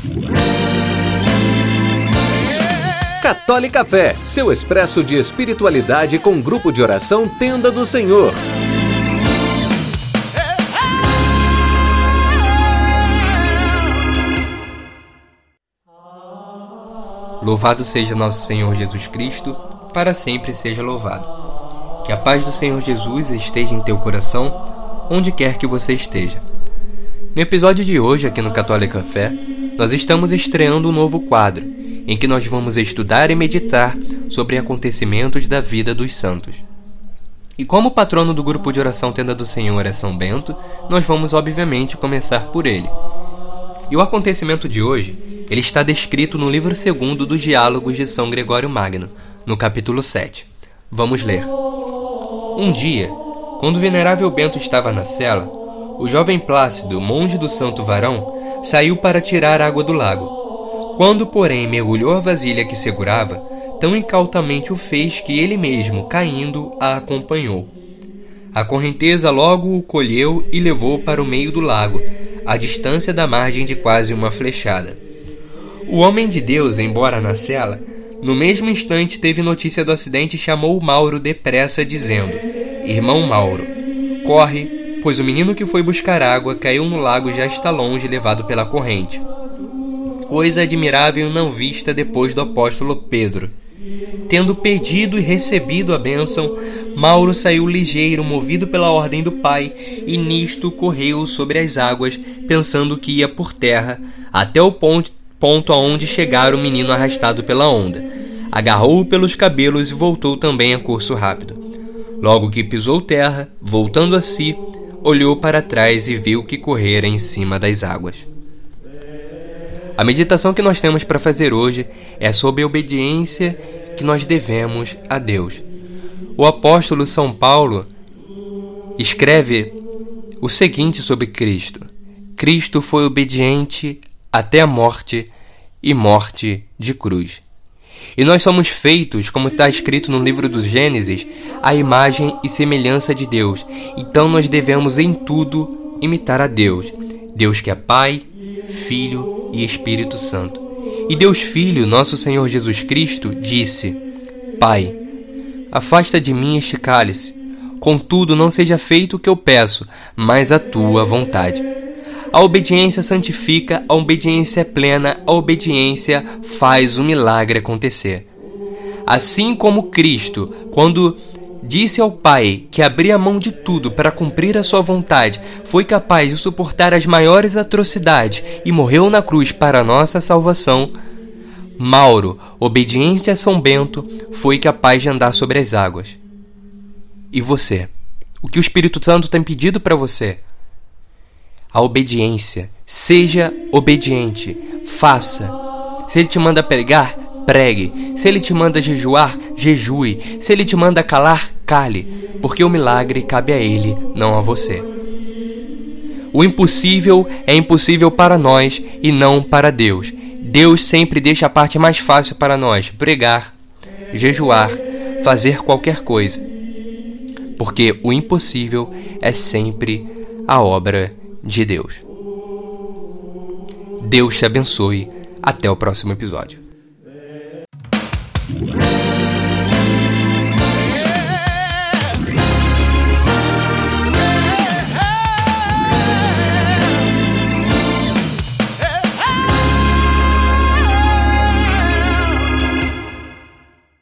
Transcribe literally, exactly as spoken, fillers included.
Católica Fé, seu expresso de espiritualidade com grupo de oração Tenda do Senhor. Louvado seja nosso Senhor Jesus Cristo, para sempre seja louvado. Que a paz do Senhor Jesus esteja em teu coração, onde quer que você esteja. No episódio de hoje, aqui no Católica Fé, nós estamos estreando um novo quadro, em que nós vamos estudar e meditar sobre acontecimentos da vida dos santos. E como o patrono do grupo de oração Tenda do Senhor é São Bento, nós vamos obviamente começar por ele. E o acontecimento de hoje, ele está descrito no livro segundo dos Diálogos de São Gregório Magno, no capítulo sete. Vamos ler. Um dia, quando o venerável Bento estava na cela, o jovem Plácido, monge do santo varão, saiu para tirar água do lago. Quando, porém, mergulhou a vasilha que segurava, tão incautamente o fez que ele mesmo, caindo, a acompanhou. A correnteza logo o colheu e levou para o meio do lago, à distância da margem de quase uma flechada. O homem de Deus, embora na cela, no mesmo instante teve notícia do acidente e chamou Mauro depressa, dizendo: Irmão Mauro, corre, pois o menino que foi buscar água caiu no lago e já está longe, levado pela corrente. Coisa admirável não vista depois do apóstolo Pedro. Tendo pedido e recebido a bênção, Mauro saiu ligeiro, movido pela ordem do pai, e nisto correu sobre as águas, pensando que ia por terra, até o ponto, ponto aonde chegara o menino arrastado pela onda. Agarrou-o pelos cabelos e voltou também a curso rápido. Logo que pisou terra, voltando a si, olhou para trás e viu que correra em cima das águas. A meditação que nós temos para fazer hoje é sobre a obediência que nós devemos a Deus. O apóstolo São Paulo escreve o seguinte sobre Cristo: Cristo foi obediente até a morte e morte de cruz. E nós somos feitos, como está escrito no livro dos Gênesis, à imagem e semelhança de Deus. Então nós devemos em tudo imitar a Deus. Deus que é Pai, Filho e Espírito Santo. E Deus Filho, nosso Senhor Jesus Cristo, disse: Pai, afasta de mim este cálice, contudo não seja feito o que eu peço, mas a tua vontade. A obediência santifica, a obediência é plena, a obediência faz o milagre acontecer. Assim como Cristo, quando disse ao Pai que abria mão de tudo para cumprir a sua vontade, foi capaz de suportar as maiores atrocidades e morreu na cruz para a nossa salvação, Mauro, obediente a São Bento, foi capaz de andar sobre as águas. E você? O que o Espírito Santo tem pedido para você? A obediência. Seja obediente. Faça. Se ele te manda pregar, pregue. Se ele te manda jejuar, jejue. Se ele te manda calar, cale. Porque o milagre cabe a ele, não a você. O impossível é impossível para nós e não para Deus. Deus sempre deixa a parte mais fácil para nós: pregar, jejuar, fazer qualquer coisa. Porque o impossível é sempre a obra de Deus. Deus te abençoe. Até o próximo episódio.